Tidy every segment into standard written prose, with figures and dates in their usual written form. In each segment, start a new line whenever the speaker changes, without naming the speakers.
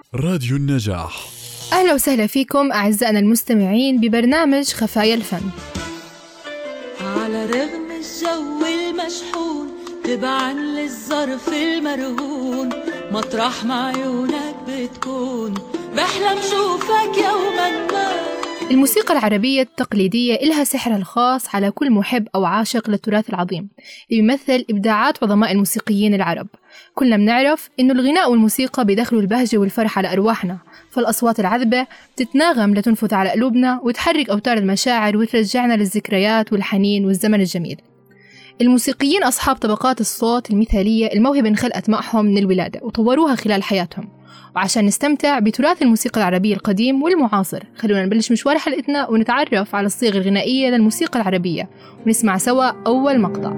راديو النجاح.
أهلا وسهلا فيكم أعزائنا المستمعين ببرنامج خفايا الفن.
على رغم الجو المشحون تبعا للظرف المرهون، مطرح ما عيونك بتكون بحلم شوفك يوما ما.
الموسيقى العربية التقليدية إلها سحرها الخاص على كل محب أو عاشق للتراث العظيم اللي بيمثل إبداعات عظماء الموسيقيين العرب. كلنا بنعرف إنه الغناء والموسيقى بيدخلوا البهجة والفرح على أرواحنا، فالأصوات العذبة بتتناغم لتنفث على قلوبنا وتحرك أوتار المشاعر وترجعنا للذكريات والحنين والزمن الجميل. الموسيقيين أصحاب طبقات الصوت المثالية، الموهبة انخلقت معهم من الولادة وطوروها خلال حياتهم. وعشان نستمتع بتراث الموسيقى العربية القديم والمعاصر، خلونا نبلش مشوار حلقتنا ونتعرف على الصيغ الغنائية للموسيقى العربية ونسمع سوا أول مقطع.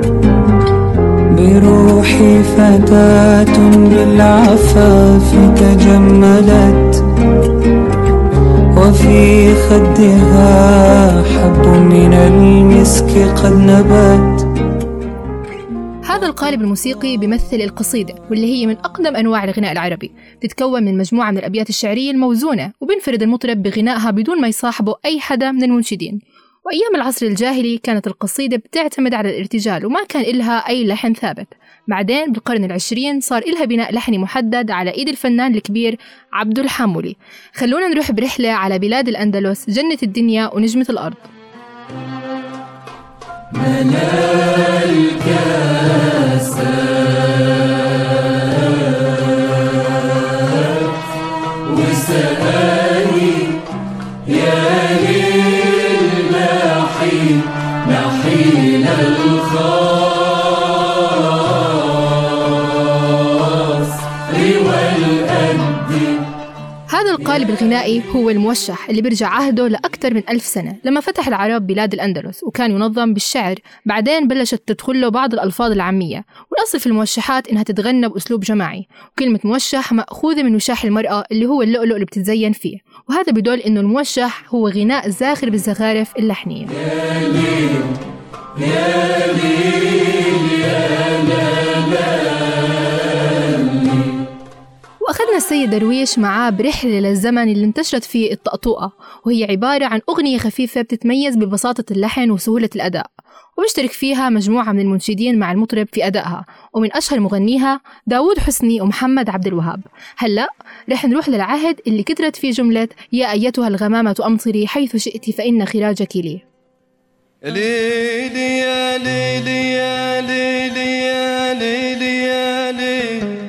بروحي فتاة بالعفاف تجملت، وفي خدها حب من المسك قد نبت.
هذا القالب الموسيقي بيمثل القصيدة، واللي هي من أقدم أنواع الغناء العربي، تتكون من مجموعة من الأبيات الشعرية الموزونة، وبينفرد المطرب بغنائها بدون ما يصاحبه أي حدا من المنشدين. وأيام العصر الجاهلي كانت القصيدة بتعتمد على الارتجال وما كان إلها أي لحن ثابت. بعدين بالقرن العشرين صار إلها بناء لحني محدد على إيد الفنان الكبير عبد الحامولي. خلونا نروح برحلة على بلاد الأندلس، جنة الدنيا ونجمة الأرض.
وسألي يا ليل نحيل الخاص والأد.
هذا القالب الغنائي هو الموشح، اللي بيرجع عهده لأكثر من 1000 سنة لما فتح العرب بلاد الأندلس، وكان ينظم بالشعر. بعدين بلشت تدخله بعض الألفاظ العامية، والأصل في الموشحات إنها تتغنى بأسلوب جماعي. وكلمة موشح مأخوذة من وشاح المرأة اللي هو اللؤلؤ اللي بتتزين فيه، وهذا بدل إنه الموشح هو غناء زاخر بالزخارف اللحنية.
يا ليل يا ليل يا لا.
وأخذنا السيد درويش معاه برحلة للزمن اللي انتشرت فيه الطقطوقة، وهي عبارة عن أغنية خفيفة بتتميز ببساطة اللحن وسهولة الأداء، وبيشترك فيها مجموعة من المنشدين مع المطرب في أدائها، ومن أشهر مغنيها داود حسني ومحمد عبد الوهاب. هلأ رح نروح للعهد اللي كترت فيه جملة يا أيتها الغمامة أمطري حيث شئت فإن خراجك لي.
ليلي يا ليلي يا ليلي يا ليلي يا ليلي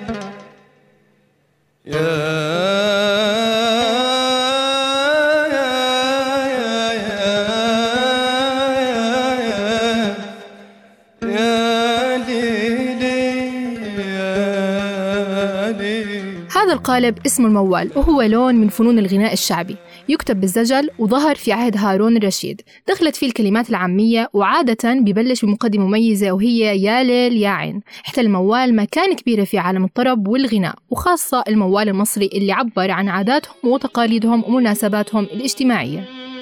هذا القالب اسمه الموال، وهو لون من فنون الغناء الشعبي، يكتب بالزجل، وظهر في عهد هارون الرشيد. دخلت فيه الكلمات العامية، وعادة ببلش بمقدمة مميزة وهي يا ليل يا عين. احتل الموال مكان كبير في عالم الطرب والغناء، وخاصة الموال المصري اللي عبر عن عاداتهم وتقاليدهم ومناسباتهم الاجتماعية.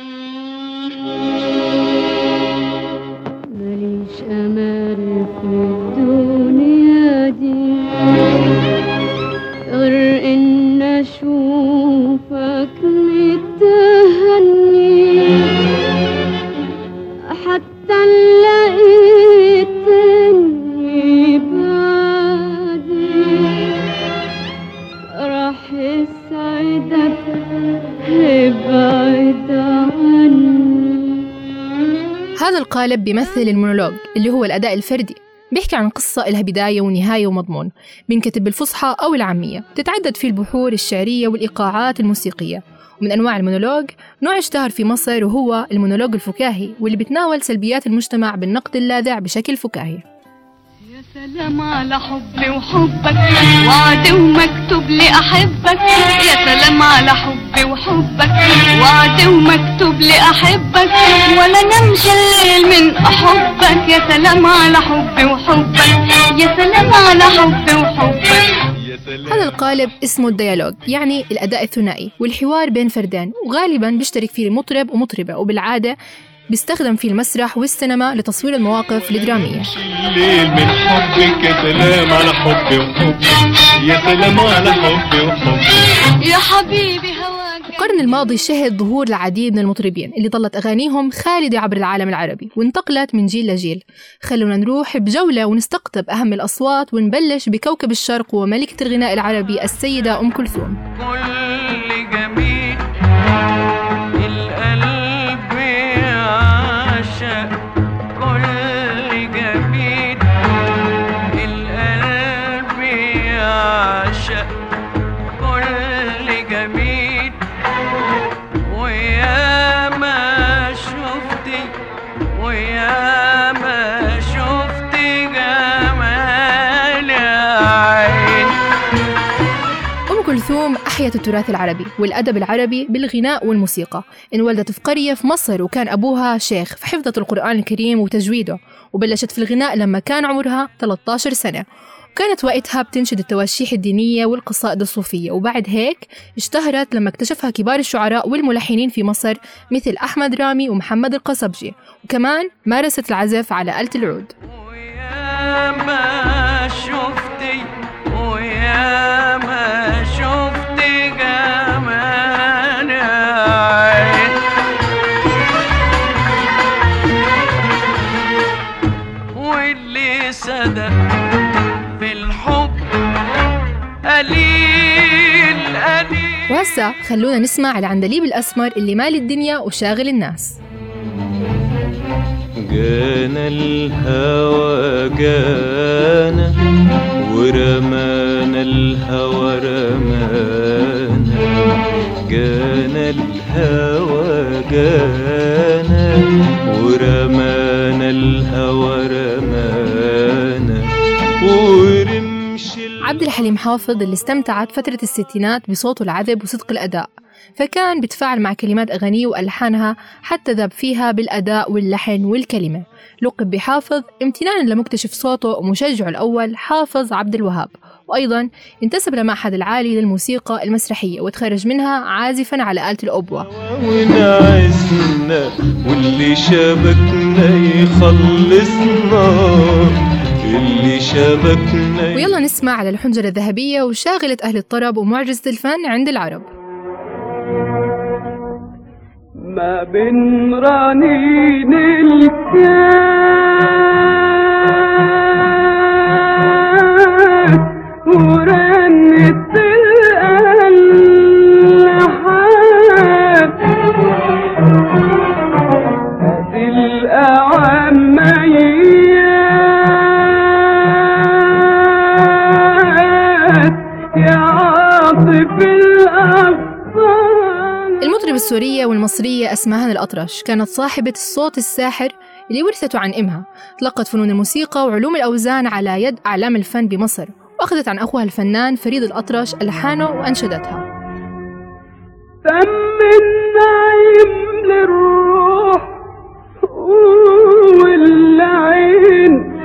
ماليش أمل في الدنيا دي غير إن أشوفك متهني، حتى لقيتني بعدي راح يسعدك ابعد عني.
هذا القالب بيمثل المونولوج، اللي هو الأداء الفردي، بيحكي عن قصة إلها بداية ونهاية ومضمون، بينكتب بالفصحى أو العامية، تتعدد فيه البحور الشعرية والإيقاعات الموسيقية. ومن أنواع المونولوج نوع اشتهر في مصر وهو المونولوج الفكاهي، واللي بتناول سلبيات المجتمع بالنقد اللاذع بشكل فكاهي.
يا سلام على حبي وحبك، وعد ومكتوب لي أحبك. يا سلام على حبي وحبك، وعد ومكتوب لي أحبك، ولا نمشي الليل من أحبك. يا سلام على حبي وحبك، يا سلام على حبي وحبك.
هذا القالب اسمه الديالوج، يعني الأداء الثنائي والحوار بين فردين، وغالباً بيشترك فيه المطرب ومطربة، وبالعادة بيستخدم فيه المسرح والسينما لتصوير المواقف الدرامية.
الليل من حبك، يا سلام على حبي وحبك، يا سلام على حبي وحبك.
يا حبيبي هواك.
القرن الماضي شهد ظهور العديد من المطربين اللي ظلت أغانيهم خالدة عبر العالم العربي وانتقلت من جيل لجيل. خلونا نروح بجولة ونستقطب أهم الأصوات، ونبلش بكوكب الشرق وملكة الغناء العربي السيدة أم كلثوم.
كل جميل القلب يعشق، كل جميل القلب يعشق، كل جميل ويا ما شفتي ويا ما شفتي جمال عين.
أم كلثوم أحيت التراث العربي والأدب العربي بالغناء والموسيقى. انولدت في قرية في مصر، وكان أبوها شيخ، فحفظت القرآن الكريم وتجويده، وبلشت في الغناء لما كان عمرها 13 سنة. وكانت وقتها بتنشد التواشيح الدينية والقصائد الصوفية، وبعد هيك اشتهرت لما اكتشفها كبار الشعراء والملحنين في مصر مثل أحمد رامي ومحمد القصبجي، وكمان مارست العزف على آلة العود.
ويا ما شفتي ويا ما شفتي جمال عين، واللي صدق في الحب قليل قليل.
وهسا خلونا نسمع العندليب الأسمر اللي مال الدنيا وشاغل الناس.
جانا الهوى جانا ورمانا الهوى رمانا، جانا الهوى جانا ورمانا الهوى رمانا ورمش.
عبد الحليم حافظ اللي استمتعت فترة الستينات بصوته العذب وصدق الأداء، فكان بيتفاعل مع كلمات أغانيه وألحانها حتى ذاب فيها بالأداء واللحن والكلمة. لقب بحافظ امتنانا لمكتشف صوته ومشجعه الأول حافظ عبد الوهاب، وأيضا انتسب لمعهد العالي للموسيقى المسرحية وتخرج منها عازفا على آلة الأوبوة.
ونعزنا واللي شبكنا يخلصنا، اللي شبكنا.
ويلا نسمع على الحنجرة الذهبية وشاغلة أهل الطرب ومعجزة الفن عند العرب.
ما بين رنين الكاس ورنة الألحان، هذه الأعميات يا عاطف الأبطال.
المطربة السورية والمصرية أسمهان الأطرش كانت صاحبة الصوت الساحر اللي ورثته عن إمها. تلقت فنون الموسيقى وعلوم الأوزان على يد أعلام الفن بمصر، وأخذت عن أخوها الفنان فريد الأطرش ألحانه وأنشدتها.
تم النعيم للروح والعين،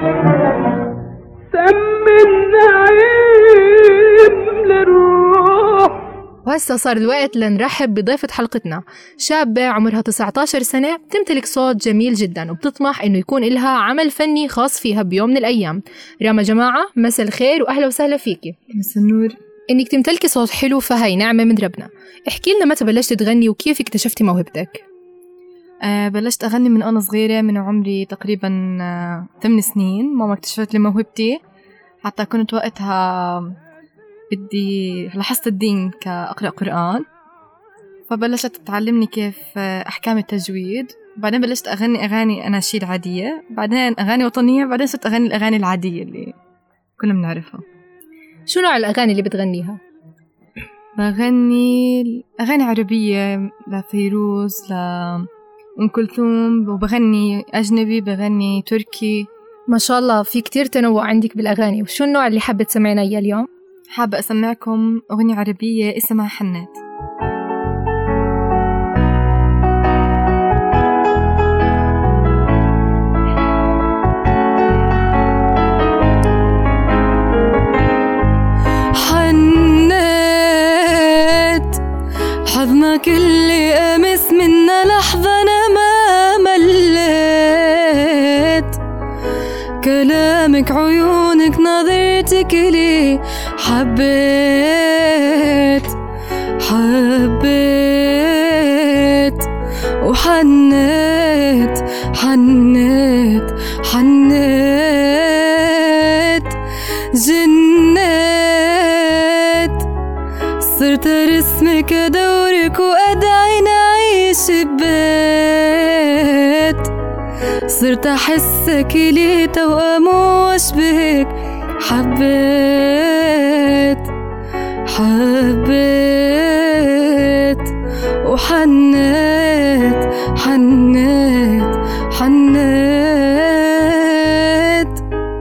تم النعيم للروح.
وهسه صار الوقت لنرحب بضيفة حلقتنا، شابة عمرها 19 سنة، تمتلك صوت جميل جدا وبتطمح إنه يكون إلها عمل فني خاص فيها بيوم من الأيام. راما جماعة، مساء الخير وأهلا وسهلا فيكي.
مساء النور.
إنك تمتلكي صوت حلو فهي نعمة من ربنا. احكي لنا متى بلشتي تغني وكيف اكتشفتي موهبتك؟
بلشت أغني من أنا صغيرة، من عمري تقريبا 8 سنين. ماما اكتشفت لي موهبتي، حتى كنت وقتها بدي لحصة الدين كأقرأ قرآن، فبلشت تعلمني كيف أحكام التجويد. بعدين بلشت أغني أغاني أناشيد عادية، بعدين أغاني وطنية، بعدين صرت أغني الأغاني العادية اللي كلنا بنعرفها.
شو نوع الأغاني اللي بتغنيها؟
بغني أغاني عربية لفيروز، لأم كلثوم، وبغني أجنبي، بغني تركي.
ما شاء الله، في كتير تنوع عندك بالأغاني. وشو النوع اللي حابة تسمعينا إياه اليوم؟
حابة أسمعكم أغنية عربية اسمها حنات.
حنات حضنك اللي أمس منا لحظة أنا ما مليت، كلامك عيونك نظرتك لي حبيت، وحنيت حنيت حنيت جنيت صرت رسمك أدورك وأدعي نعيش ببيت صرت أحسك لي توأم وأشبهك حبيت حبيت وحنيت حنيت حنيت.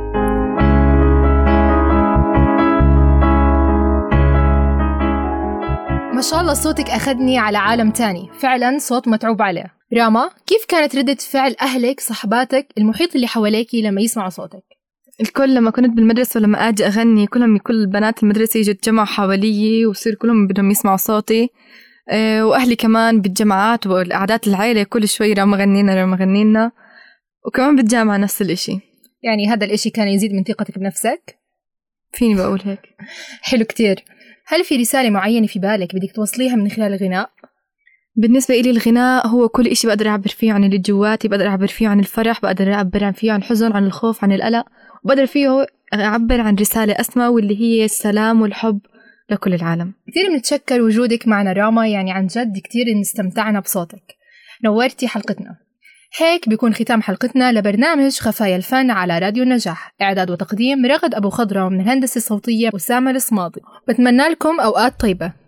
ما شاء الله صوتك أخذني على عالم تاني، فعلا صوت متعوب عليه. راما، كيف كانت ردة فعل أهلك، صحباتك، المحيط اللي حواليكي لما يسمعوا صوتك؟
الكل لما كنت بالمدرسة ولما أجي أغني كل بنات المدرسة يجوا يتجمعوا حوالي ويصير كلهم بدهم يسمعوا صوتي. وأهلي كمان بالجامعات والقعدات العائلة كل شوي راما غنينا وكمان بالجامعة نفس الإشي.
يعني هذا الإشي كان يزيد من ثقتك بنفسك؟
فيني بقول هيك.
حلو كتير. هل في رسالة معينة في بالك بدك توصليها من خلال الغناء؟
بالنسبة إلي الغناء هو كل إشي بقدر أعبر فيه عن اللي جواتي، بقدر أعبر فيه عن الفرح، بقدر أعبر فيه عن الحزن، عن الخوف، عن القلق، وبقدر فيه أعبر عن رسالة أسمى واللي هي السلام والحب لكل العالم.
كثير بنتشكر وجودك معنا راما، يعني عن جد كثير استمتعنا بصوتك، نورتي حلقتنا. هيك بيكون ختام حلقتنا لبرنامج خفايا الفن على راديو النجاح. إعداد وتقديم رغد أبو خضرة، ومن الهندسة الصوتية أسامة الصماطي. بتمنى لكم أوقات طيبة.